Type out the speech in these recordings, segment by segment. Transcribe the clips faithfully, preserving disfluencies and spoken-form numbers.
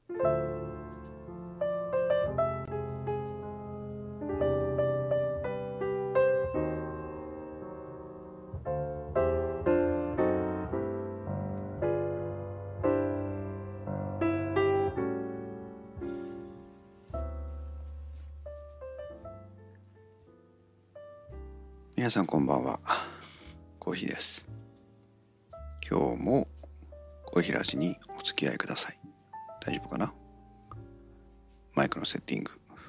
皆さんこんばんは。コーヒーです。今日もコーヒーラジにお付き合いください。大丈夫かな？マイクのセッティング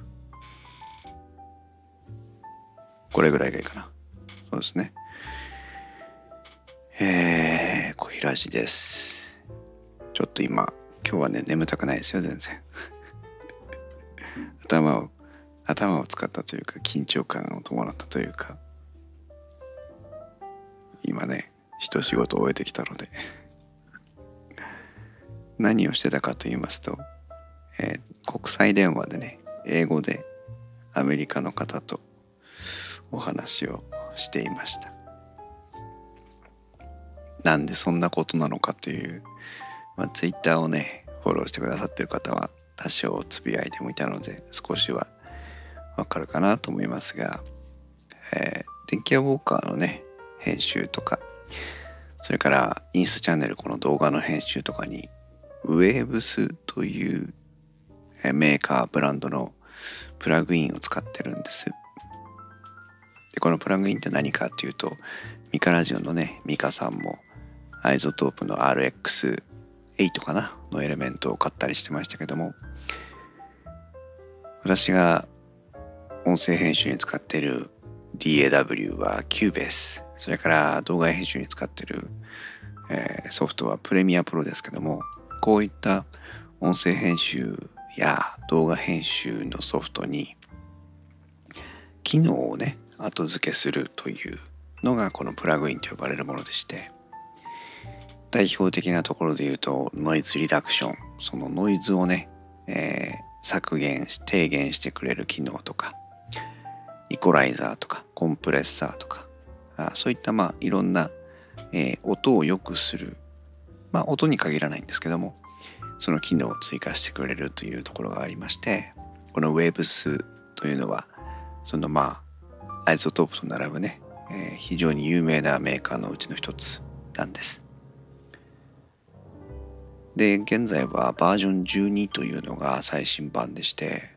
これぐらいがいいかな。そうですね。えー、コーヒーラジです。ちょっと今今日はね眠たくないですよ全然頭を頭を使ったというか緊張感を伴ったというか、今ね一仕事を終えてきたので何をしてたかと言いますと、えー、国際電話でね英語でアメリカの方とお話をしていました。なんでそんなことなのかという、まあ、ツイッターをねフォローしてくださっている方は多少つぶやいてもいたので少しはわかるかなと思いますが、えー、電気屋ウォーカーのね編集とか、それからインスタチャンネルこの動画の編集とかにウェーブスというメーカーブランドのプラグインを使ってるんです。でこのプラグインって何かっていうと、ミカラジオのねミカさんもアイゾトープの アールエックスエイト かなのエレメントを買ったりしてましたけども、私が音声編集に使っている ディーエーダブリュー は Cubase、 それから動画編集に使っている、えー、ソフトはプレミアプロですけども、こういった音声編集や動画編集のソフトに機能をね後付けするというのがこのプラグインと呼ばれるものでして、代表的なところで言うとノイズリダクション、そのノイズをね、えー、削減し低減してくれる機能とか、イコライザーとかコンプレッサーとか、あそういったまあいろんな、えー、音を良くする、まあ音に限らないんですけども、その機能を追加してくれるというところがありまして、この Waves というのはそのまあアイゾトープと並ぶね、えー、非常に有名なメーカーのうちの一つなんです。で現在はバージョンじゅうにというのが最新版でして、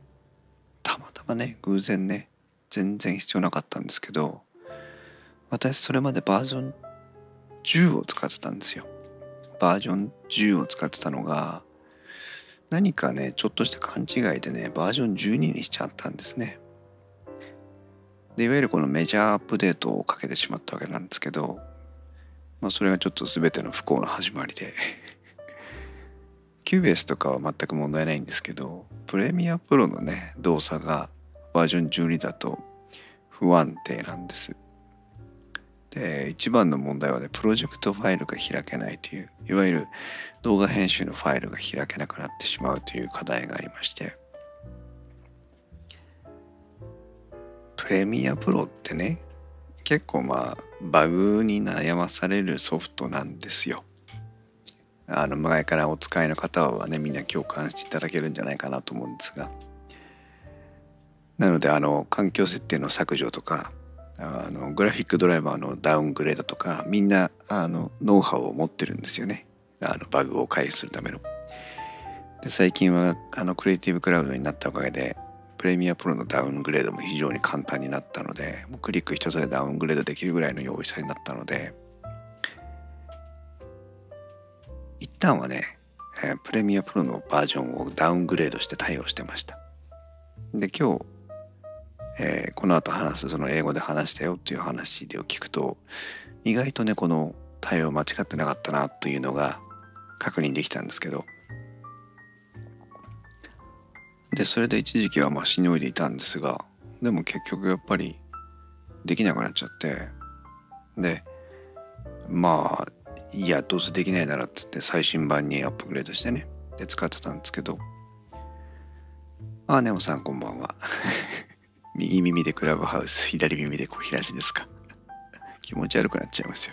たまたまね偶然ね全然必要なかったんですけど、私それまでバージョンじゅうを使ってたんですよ。バージョンじゅうを使ってたのが何かねちょっとした勘違いでねバージョンじゅうににしちゃったんですね。でいわゆるこのメジャーアップデートをかけてしまったわけなんですけど、まあそれがちょっと全ての不幸の始まりでキューベースとかは全く問題ないんですけど、プレミアプロのね動作がバージョンじゅうにだと不安定なんです。で一番の問題はねプロジェクトファイルが開けないという、いわゆる動画編集のファイルが開けなくなってしまうという課題がありまして、プレミアプロってね結構まあバグに悩まされるソフトなんですよ。あの前からお使いの方はねみんな共感していただけるんじゃないかなと思うんですが、なのであの環境設定の削除とか、あのグラフィックドライバーのダウングレードとか、みんなあのノウハウを持ってるんですよね、あのバグを回避するための。で最近はあのクリエイティブクラウドになったおかげでプレミアプロのダウングレードも非常に簡単になったので、もうクリック一つでダウングレードできるぐらいの容易さになったので、一旦はね、えー、プレミアプロのバージョンをダウングレードして対応してました。で今日、えー、この後話すその英語で話したよっていう話でを聞くと、意外とねこの対応間違ってなかったなというのが確認できたんですけど、でそれで一時期はまあしのいでいたんですが、でも結局やっぱりできなくなっちゃって、でまあいやどうせできないならって言って最新版にアップグレードしてねで使ってたんですけど、あネオさんこんばんは右耳でクラブハウス、左耳で小平地ですか気持ち悪くなっちゃいますよ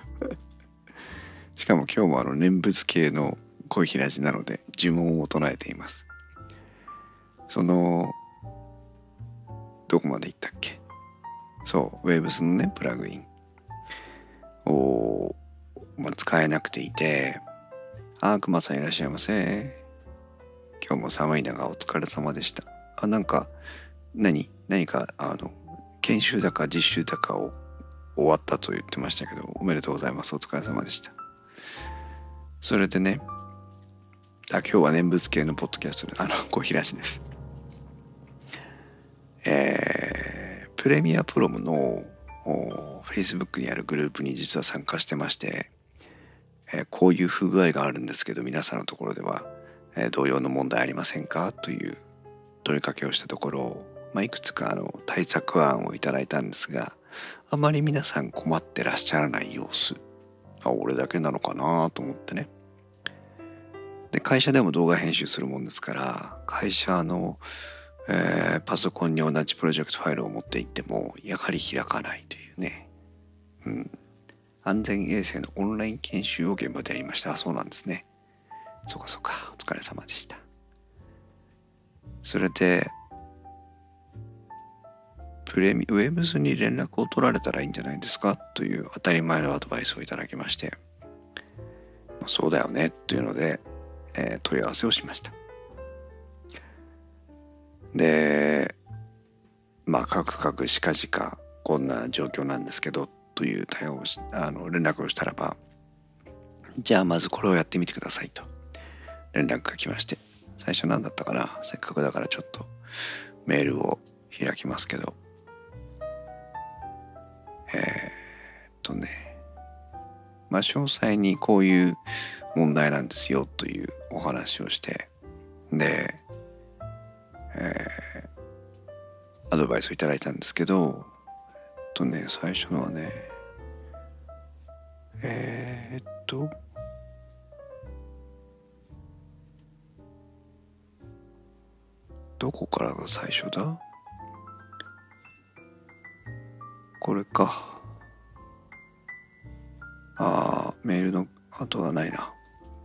しかも今日もあの念仏系の小平地なので呪文を唱えています。 そのどこまで行ったっけ。そう Waves のねプラグインを、まあ、使えなくていて、あーくまさんいらっしゃいませ。今日も寒い中お疲れ様でした。あ、なんか何何かあの研修だか実習だかを終わったと言ってましたけど、おめでとうございます。お疲れ様でした。それでね、あ、今日は念仏系のポッドキャストで、あの小平氏です。えー、プレミアプロムの Facebook にあるグループに実は参加してまして、えー、こういう不具合があるんですけど、皆さんのところでは、えー、同様の問題ありませんかという問いかけをしたところ、まあ、いくつかあの対策案をいただいたんですが、あまり皆さん困ってらっしゃらない様子。あ、俺だけなのかなと思ってね。で、会社でも動画編集するもんですから、会社の、えー、パソコンに同じプロジェクトファイルを持っていってもやはり開かないというね、うん、安全衛生のオンライン研修を現場でやりました。あ、そうなんですね。そうかそうか、お疲れ様でした。それでプレミウェブスに連絡を取られたらいいんじゃないですかという当たり前のアドバイスをいただきまして、まあ、そうだよねというので、えー、問い合わせをしました。で、まあカクカクしかじかこんな状況なんですけどという対応をしあの連絡をしたらば、じゃあまずこれをやってみてくださいと連絡が来まして、最初何だったかな、せっかくだからちょっとメールを開きますけど、えー、っとねまあ詳細にこういう問題なんですよというお話をして、で、えー、アドバイスをいただいたんですけど、えっとね最初のはねえー、っとどこからが最初だ、これか。あー、メールの後がないな。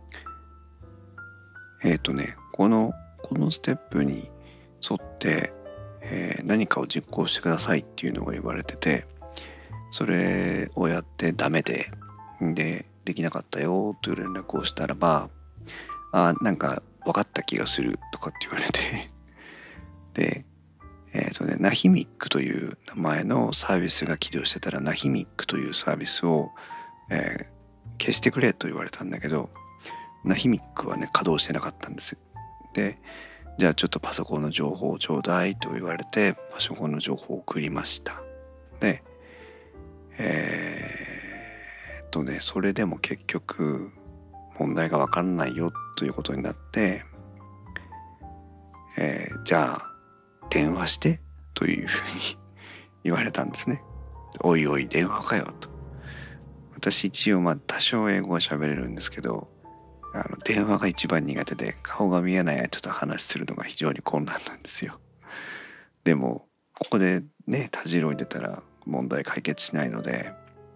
えっとねこのこのステップに沿って、えー、何かを実行してくださいっていうのが言われてて、それをやってダメででできなかったよという連絡をしたらば、あ、なんか分かった気がするとかって言われてで、えっとね、ナヒミックという名前のサービスが起動してたら、ナヒミックというサービスを、えー、消してくれと言われたんだけど、ナヒミックはね稼働してなかったんです。で、じゃあちょっとパソコンの情報をちょうだいと言われて、パソコンの情報を送りました。で、えー、っとねそれでも結局問題が分かんないよということになって、えー、じゃあ電話してというふうに言われたんですね。おいおい電話かよと。私一応まあ多少英語は喋れるんですけど、あの電話が一番苦手で、顔が見えない相手と話するのが非常に困難なんですよ。でもここでねたじろいでたら問題解決しないので、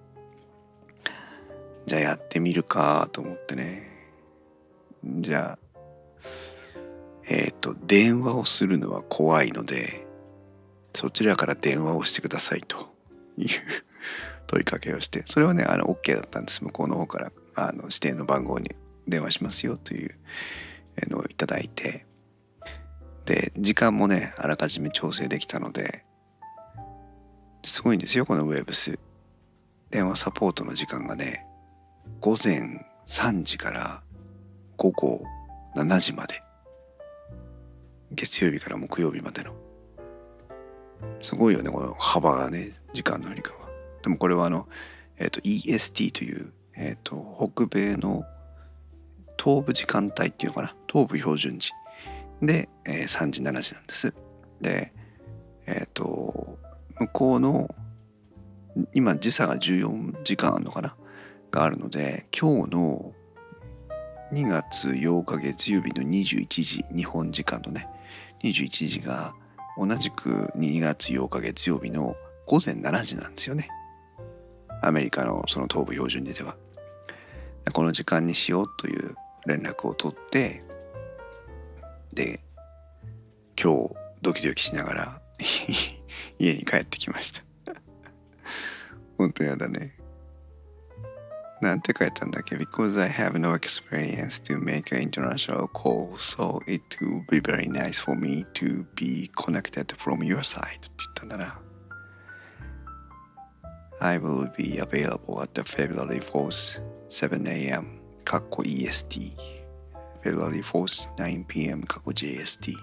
じゃあやってみるかと思ってね。じゃあえっと電話をするのは怖いので、そちらから電話をしてくださいという問いかけをして、それはねあの OK だったんです。向こうの方からあの指定の番号に電話しますよというのをいただいて、で時間もねあらかじめ調整できたので、すごいんですよこのウェブス。電話サポートの時間がねごぜんさんじからごごしちじまで、月曜日から木曜日までの、すごいよねこの幅がね、時間の振りかは。でもこれはあの、えー、と イーエスティー という、えー、と北米の東部時間帯っていうのかな、東部標準時で、えー、さんじしちじなんです。でえっ、ー、と向こうの今時差がじゅうよじかんあるのかながあるので、今日のにがつようか月曜日のにじゅういちじ、日本時間のねにじゅういちじが同じくにがつようか月曜日のごぜんしちじなんですよね、アメリカのその東部標準時では。この時間にしようという連絡を取って、で今日ドキドキしながら家に帰ってきました本当やだね。なんて書いたんだっけ Because I have no experience to make an international call, so it will be very nice for me to be connected from your side って言ったんだな。I will be available at the February fourth, seven a.m. かっこ イーエスティーFebruary fourth, nine p.m. かっこ ジェーエスティー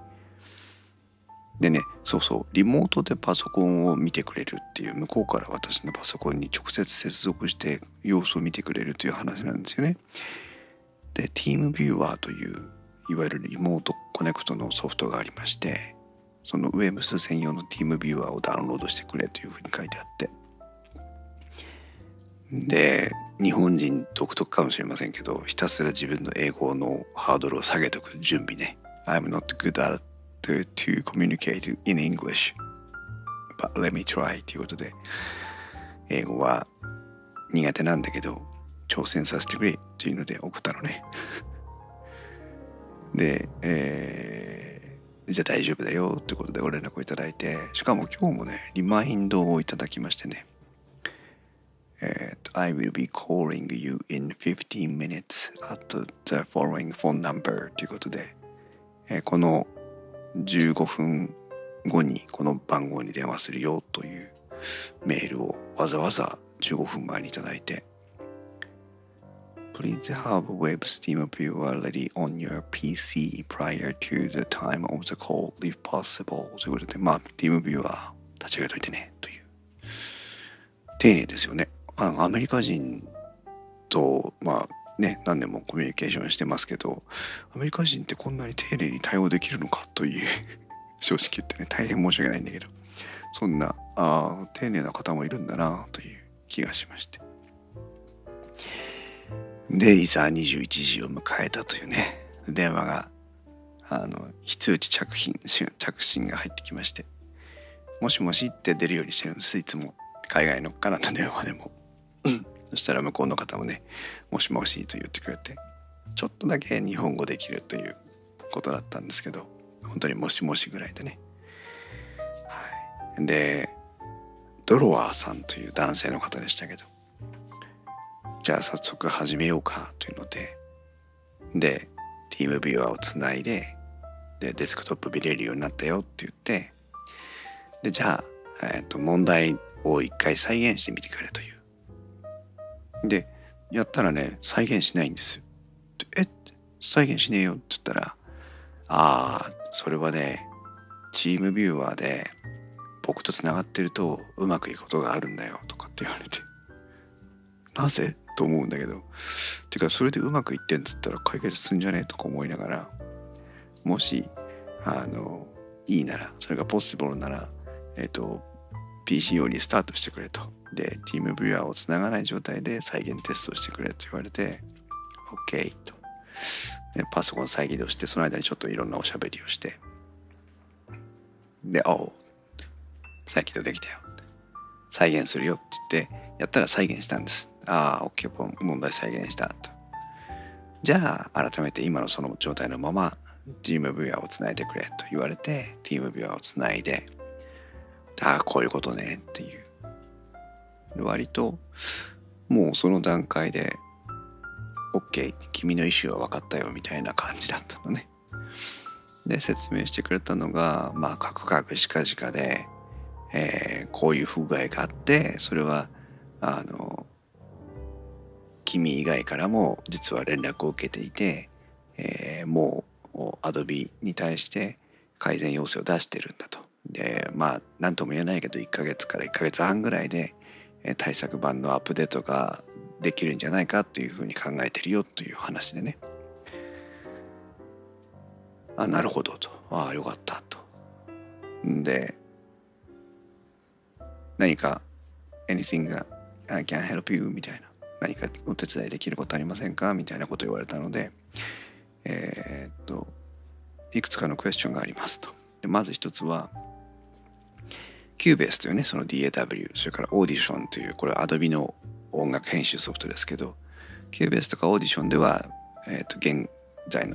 でね、そうそう、リモートでパソコンを見てくれるっていう、向こうから私のパソコンに直接接続して様子を見てくれるという話なんですよね。で、Team Viewer といういわゆるリモートコネクトのソフトがありまして、その Webs 専用の Team Viewer をダウンロードしてくれというふうに書いてあって、で、日本人独特かもしれませんけど、ひたすら自分の英語のハードルを下げておく準備ね。I'm not good at to, to communicate in English, but let me try ということで、英語は苦手なんだけど挑戦させてくれというので送ったのねで、えー、じゃあ大丈夫だよということでご連絡をいただいて、しかも今日もねリマインドをいただきましてね、えー、I will be calling you in fifteen minutes at the following phone number ということで、えー、このじゅうごふんごにこの番号に電話するよというメールをわざわざじゅうごふんまえにいただいて、 Please have Web Steam Viewer ready on your ピーシー prior to the time of the call if possible ということで、まあ Steam Viewer 立ち上げといてねという丁寧ですよね。あのアメリカ人とまあね、何年もコミュニケーションしてますけど、アメリカ人ってこんなに丁寧に対応できるのかという正直言ってね、大変申し訳ないんだけど、そんなあ丁寧な方もいるんだなという気がしまして、でいざにじゅういちじを迎えたというね、電話があの非通知着信着信が入ってきまして、もしもしって出るようにしてるんです、いつも海外のカナダ電話でもそしたら向こうの方もね、もしもしと言ってくれて、ちょっとだけ日本語できるということだったんですけど、本当にもしもしぐらいでね、はい、でドロワーさんという男性の方でしたけど、じゃあ早速始めようかというので、で Team Viewer をつないで、でデスクトップ見れるようになったよって言って、でじゃあ、えー、と問題を一回再現してみてくれという。でやったらね、再現しないんです。え再現しねえよって言ったら、ああそれはねチームビューワーで僕とつながってるとうまくいくことがあるんだよとかって言われて、なぜと思うんだけど、てかそれでうまくいってんだったら解決するんじゃねえとか思いながら、もしあのいいなら、それがポッシブルなら、えっと ピーシー をリスタートしてくれと。で、チームビューアーをつながない状態で再現テストをしてくれと言われて、OK と。で、パソコン再起動して、その間にちょっといろんなおしゃべりをして、で、おう、再起動できたよ。再現するよって言って、やったら再現したんです。ああ、OK、問題再現したと。じゃあ、改めて今のその状態のまま、チームビューアーをつないでくれと言われて、チームビューアーをつないで、ああ、こういうことねっていう。割ともうその段階で OK 君の意思は分かったよみたいな感じだったのね。で説明してくれたのが、まあカクカクしかじかで、えー、こういう不具合があって、それはあの君以外からも実は連絡を受けていて、えー、もう Adobe に対して改善要請を出してるんだと。でまあ何とも言えないけどいっかげつからいっかげつはんぐらいで対策版のアップデートができるんじゃないかというふうに考えてるよという話でね、あ、なるほどと、ああよかったと。で何か anything that I can help you みたいな、何かお手伝いできることありませんかみたいなことを言われたので、えー、っといくつかのクエスチョンがありますと。でまず一つはCubase というね、その ディーエーダブリュー、それから Audition という、これは Adobe の音楽編集ソフトですけど、Cubase とか Audition では、えー、と現在の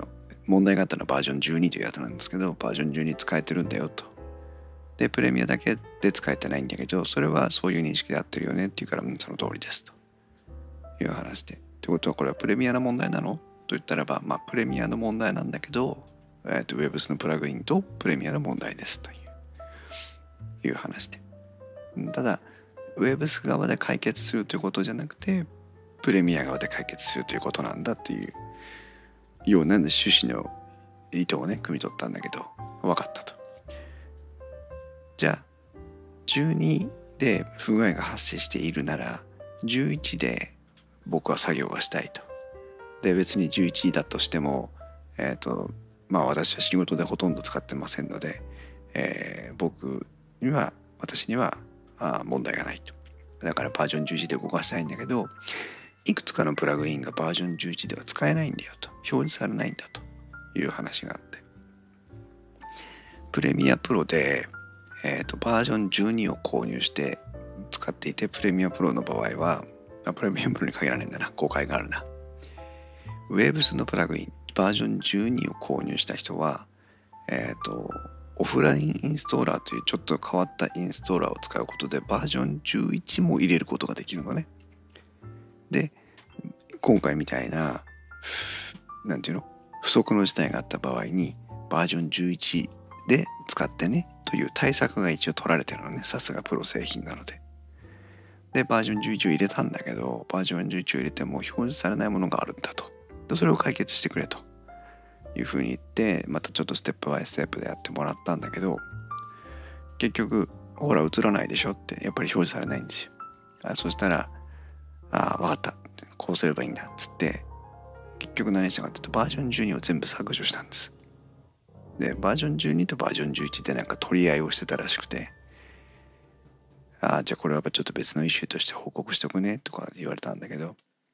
問題があったのはバージョンじゅうにというやつなんですけど、バージョンじゅうに使えてるんだよと。でプレミアだけで使えてないんだけど、それはそういう認識で合ってるよねっていうから、うん、その通りですという話で。ってことはこれはプレミアの問題なのと言ったらば、まあプレミアの問題なんだけど、えー、と Webs のプラグインとプレミアの問題ですといういう話で。ただ Webs 側で解決するということじゃなくて、プレミア側で解決するということなんだというような趣旨の意図をね汲み取ったんだけど、分かったと。じゃあじゅうにで不具合が発生しているならじゅういちで僕は作業がしたいと。で別にじゅういちだとしても、えっとまあ私は仕事でほとんど使ってませんので、えー、僕には私にはあ問題がないと。だからバージョンじゅういちで動かしたいんだけど、いくつかのプラグインがバージョンじゅういちでは使えないんだよと、表示されないんだという話があって、プレミアプロで、えー、とバージョンじゅうにを購入して使っていて、プレミアプロの場合は、あプレミアプロに限らないんだな、誤解があるな。Webs のプラグインバージョンじゅうにを購入した人は、えっ、とオフラインインストーラーというちょっと変わったインストーラーを使うことでバージョンじゅういちも入れることができるのね。で今回みたいななんていうの不測の事態があった場合にバージョンじゅういちで使ってねという対策が一応取られてるのね。さすがプロ製品なので。でバージョンじゅういちを入れたんだけど、バージョンじゅういちを入れても表示されないものがあるんだと。でそれを解決してくれというふうに言って、またちょっとステップバイステップでやってもらったんだけど、結局ほら映らないでしょってやっぱり表示されないんですよ。あそしたらあ分かったこうすればいいんだっつって、結局何したかっていうとバージョンじゅうにを全部削除したんです。でバージョンじゅうにとバージョンじゅういちでなんか取り合いをしてたらしくて、ああじゃあこれはやっぱちょっと別のイシューとして報告しておくねとか言われたんだけど、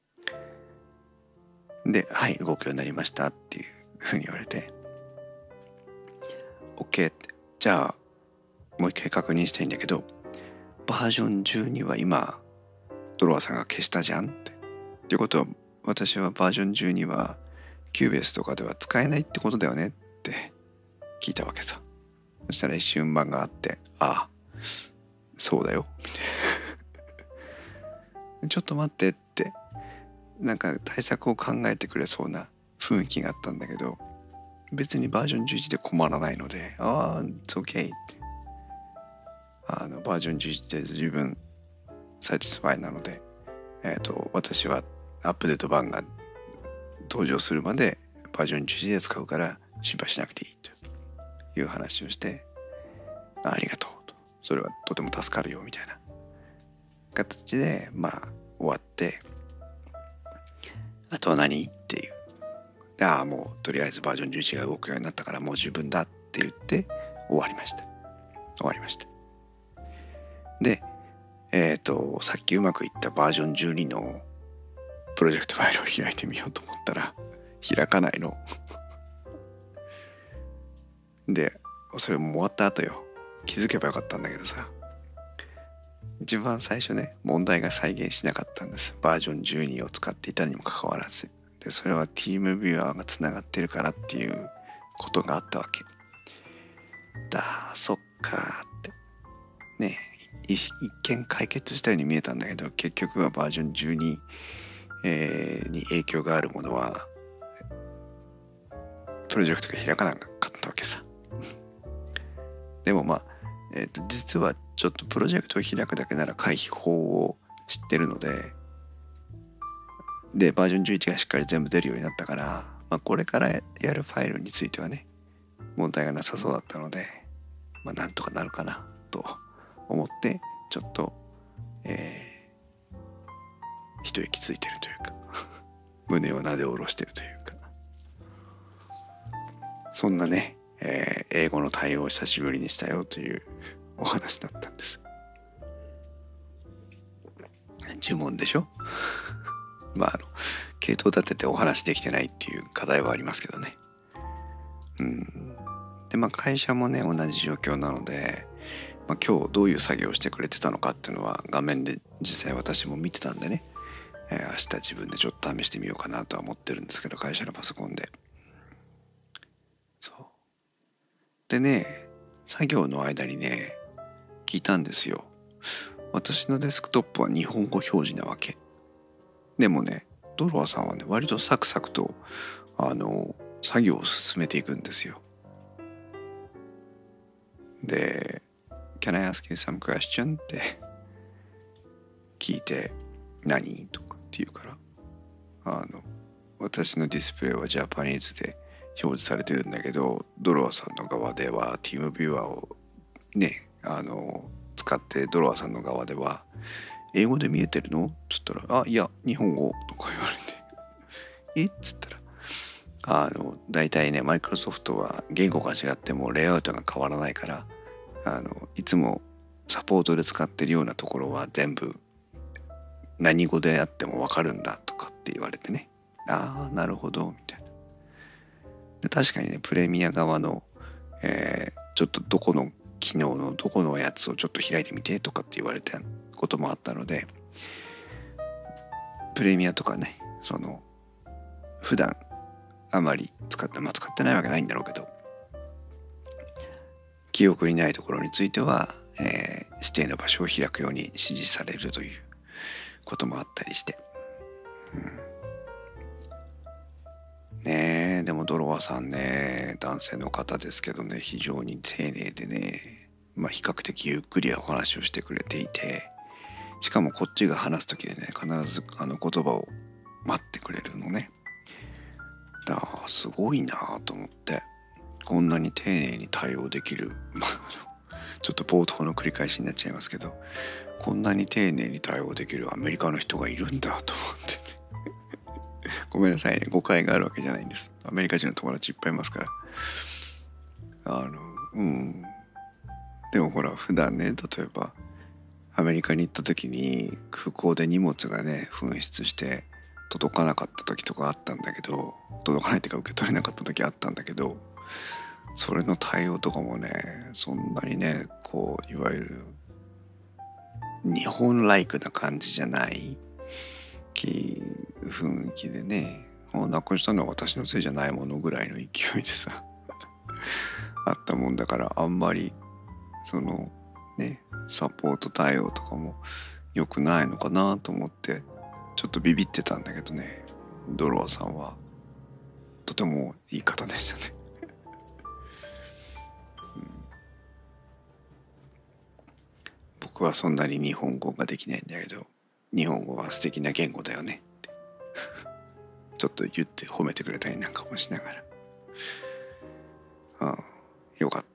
ではい動くようになりましたっていうふうに言われて OK って、じゃあもう一回確認したいんだけど、バージョンじゅうには今ドロワさんが消したじゃんって。っていうことは私はバージョンじゅうにはキューベースとかでは使えないってことだよねって聞いたわけさ。そしたら一瞬間があって、ああそうだよみたいなちょっと待ってってなんか対策を考えてくれそうな雰囲気があったんだけど、別にバージョンじゅういちで困らないので、ああ it's OK って、あのバージョンじゅういちで十分サティスファイなので、えっと私はアップデート版が登場するまでバージョンじゅういちで使うから心配しなくていいという話をして、 あ, ありがとうと、それはとても助かるよみたいな形でまあ終わって、あとは何っていう、ああもうとりあえずバージョンじゅういちが動くようになったからもう十分だって言って終わりました終わりました。でえっ、ー、とさっきうまくいったバージョンじゅうにのプロジェクトファイルを開いてみようと思ったら開かないのでそれも終わった後よ、気づけばよかったんだけどさ、一番最初ね問題が再現しなかったんです。バージョンじゅうにを使っていたにもかかわらず、でそれは Team Viewer がつながってるからっていうことがあったわけだ。そっかってね、一見解決したように見えたんだけど、結局はバージョンじゅうに、えー、に影響があるものはプロジェクトが開かなかったわけさでもまあ、えーと、実はちょっとプロジェクトを開くだけなら回避法を知ってるので、でバージョンじゅういちがしっかり全部出るようになったから、まあ、これからやるファイルについてはね問題がなさそうだったので、まあ、なんとかなるかなと思ってちょっと、えー、一息ついてるというか胸をなで下ろしてるというか、そんなね、えー、英語の対応を久しぶりにしたよというお話だったんです。呪文でしょまああの系統立ててお話できてないっていう課題はありますけどね。うんでまあ会社もね同じ状況なので、まあ、今日どういう作業をしてくれてたのかっていうのは画面で実際私も見てたんでね、えー、明日自分でちょっと試してみようかなとは思ってるんですけど、会社のパソコンででね、作業の間にね、聞いたんですよ。私のデスクトップは日本語表示なわけ。でもね、ドロワさんはね、割とサクサクと、あの、作業を進めていくんですよ。で、Can I ask you some question? って聞いて、何とかって言うから、あの、私のディスプレイはジャパニーズで表示されてるんだけど、ドロワさんの側ではティームビューアーをね、あの、使ってドロワさんの側では英語で見えてるのって言ったら、あ、いや、日本語とか言われて、えっつったら、あの、大体ね、マイクロソフトは言語が違ってもレイアウトが変わらないから、あの、いつもサポートで使ってるようなところは全部何語であってもわかるんだとかって言われてね、ああ、なるほど、みたいな。で確かにね、プレミア側の、えー、ちょっとどこの機能のどこのやつをちょっと開いてみてとかって言われたこともあったので、プレミアとかね、その普段あまり使って、まあ使ってないわけないんだろうけど、記憶にないところについては、えー、指定の場所を開くように指示されるということもあったりして、うん、ねえ、でもドロワさんね、男性の方ですけどね、非常に丁寧でね、まあ比較的ゆっくりお話をしてくれていて、しかもこっちが話す時でね、必ずあの言葉を待ってくれるのね。だからすごいなと思って、こんなに丁寧に対応できる、ちょっと冒頭の繰り返しになっちゃいますけど、こんなに丁寧に対応できるアメリカの人がいるんだと思ってね。ごめんなさいね、誤解があるわけじゃないんです。アメリカ人の友達いっぱいいますから。あの、うん。でもほら、普段ね、例えば、アメリカに行った時に空港で荷物がね、紛失して届かなかった時とかあったんだけど、届かないっていうか受け取れなかった時あったんだけど、それの対応とかもね、そんなにね、こう、いわゆる、日本ライクな感じじゃない雰囲気でね、なくしたのは私のせいじゃないものぐらいの勢いでさあったもんだから、あんまりそのねサポート対応とかも良くないのかなと思ってちょっとビビってたんだけどね、ドロワさんはとてもいい方でしたね、うん、僕はそんなに日本語ができないんだけど、日本語は素敵な言語だよねってちょっと言って褒めてくれたりなんかもしながら、うん、よかった。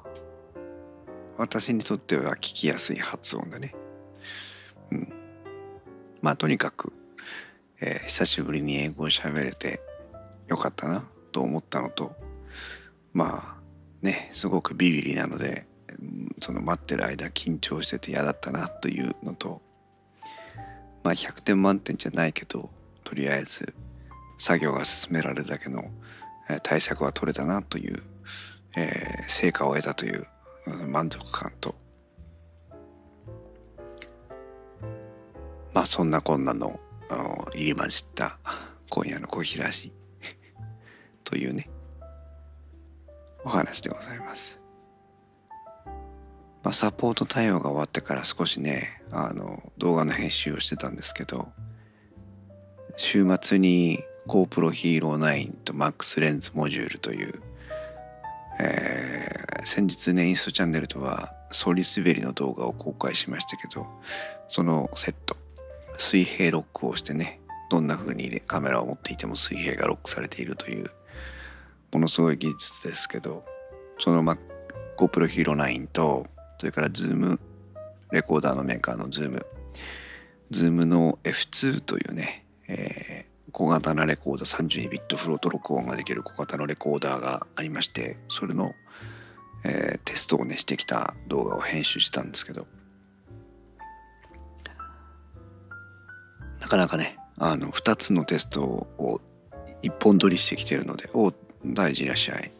私にとっては聞きやすい発音だね。うん。まあとにかく、えー、久しぶりに英語を喋れてよかったなと思ったのと、まあね、すごくビビリなので、その待ってる間緊張してて嫌だったなというのと、まあひゃくてん満点じゃないけど、とりあえず作業が進められるだけの、えー、対策は取れたなという、えー、成果を得たという満足感と、まあそんなこんなの入り混じった今夜のコーヒーラジというねお話でございます。まあ、サポート対応が終わってから少しねあの動画の編集をしてたんですけど、週末に GoPro Hero ナインと Max レンズモジュールという、えー、先日ねインストチャンネルとはソリ滑りの動画を公開しましたけど、そのセット水平ロックをしてね、どんな風にカメラを持っていても水平がロックされているというものすごい技術ですけど、その、ま、GoPro Hero ナインとそれから Zoom レコーダーのメーカーの Zoom Zoom の エフツー というね、えー、小型なレコーダー、さんじゅうにビットフロート録音ができる小型のレコーダーがありまして、それの、えー、テストをねしてきた動画を編集したんですけど、なかなかねあのふたつのテストを一本撮りしてきてるので、お大事いらっしゃい、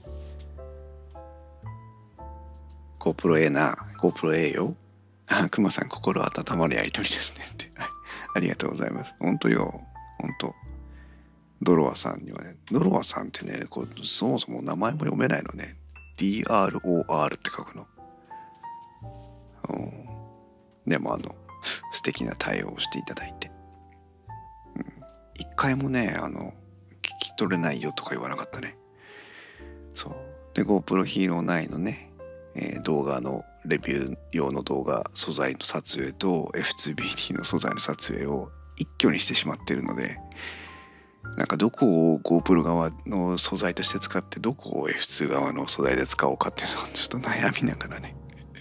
GoPro A な GoPro A よ、あくまさん心温まるやりとりですねって、はい、ありがとうございます。本当よ、本当ドロワさんにはね、ドロワさんってねこうそもそも名前も読めないのね、 ディーアールオーアール って書くの。うん、でもあの素敵な対応をしていただいて、うん、一回もねあの聞き取れないよとか言わなかったね。そうで GoPro Hero ナインのね、えー、動画のレビュー用の動画素材の撮影と エフツービーティー の素材の撮影を一挙にしてしまってるので、なんかどこを GoPro 側の素材として使ってどこを エフツー 側の素材で使おうかっていうのをちょっと悩みながらね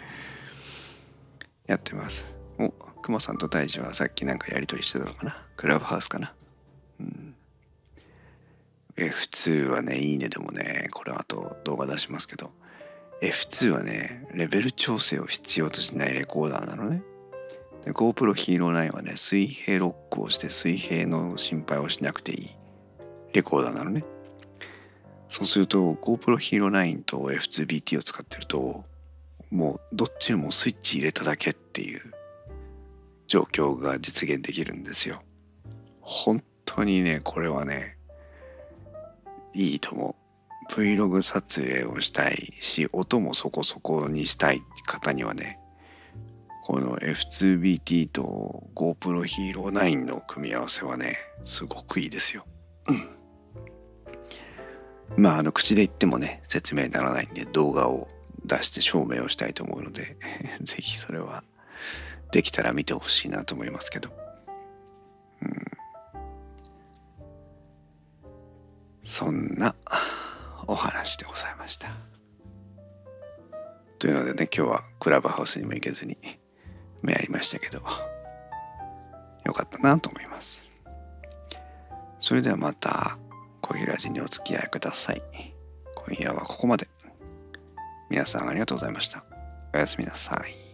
やってます。お、くまさんと大地はさっきなんかやりとりしてたのかな。クラブハウスかな。うん。エフツー はねいいねでもね、これはあと動画出しますけど、エフツー はねレベル調整を必要としないレコーダーなのね。で GoPro Hero ナインはね水平ロックをして水平の心配をしなくていいレコーダーなのね。そうすると GoPro Hero ナインと エフツービーティー を使ってるともうどっちにもスイッチ入れただけっていう状況が実現できるんですよ。本当にねこれはねいいと思う。 Vlog 撮影をしたいし音もそこそこにしたい方にはねこの エフツービーティー と GoPro Hero ナインの組み合わせはねすごくいいですよ。まああの口で言ってもね説明にならないんで動画を出して証明をしたいと思うのでぜひそれはできたら見てほしいなと思いますけど、うん、そんなお話でございました。というのでね今日はクラブハウスにも行けずに目やりましたけどよかったなと思います。それではまたコーヒーラジにお付き合いください。今夜はここまで。皆さんありがとうございました。おやすみなさい。